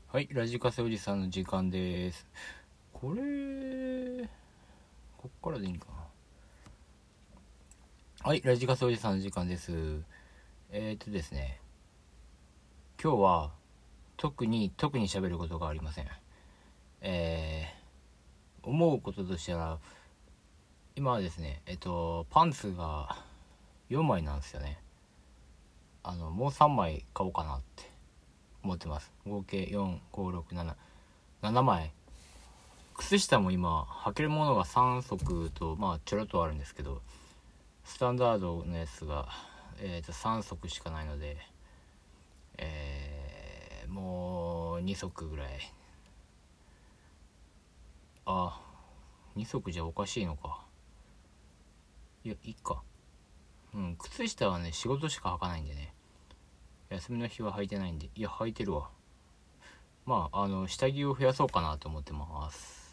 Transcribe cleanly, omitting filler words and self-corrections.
はい、ラジカセおじさんの時間です。こっからでいいんかな。はい、ラジカセおじさんの時間です。ですね、今日は特に喋ることがありません。思うこととしては、今はですね、パンツが4枚なんですよね。もう3枚買おうかなって思ってます。合計4、5、6、7、7枚。靴下も今履けるものが3足とちょろっとあるんですけど、スタンダードのやつが、3足しかないので、もう2足ぐらい。2足じゃおかしいのか。いや、いいか。靴下はね、仕事しか履かないんでね。休みの日は履いてないんで。いや、履いてるわ。下着を増やそうかなと思ってます。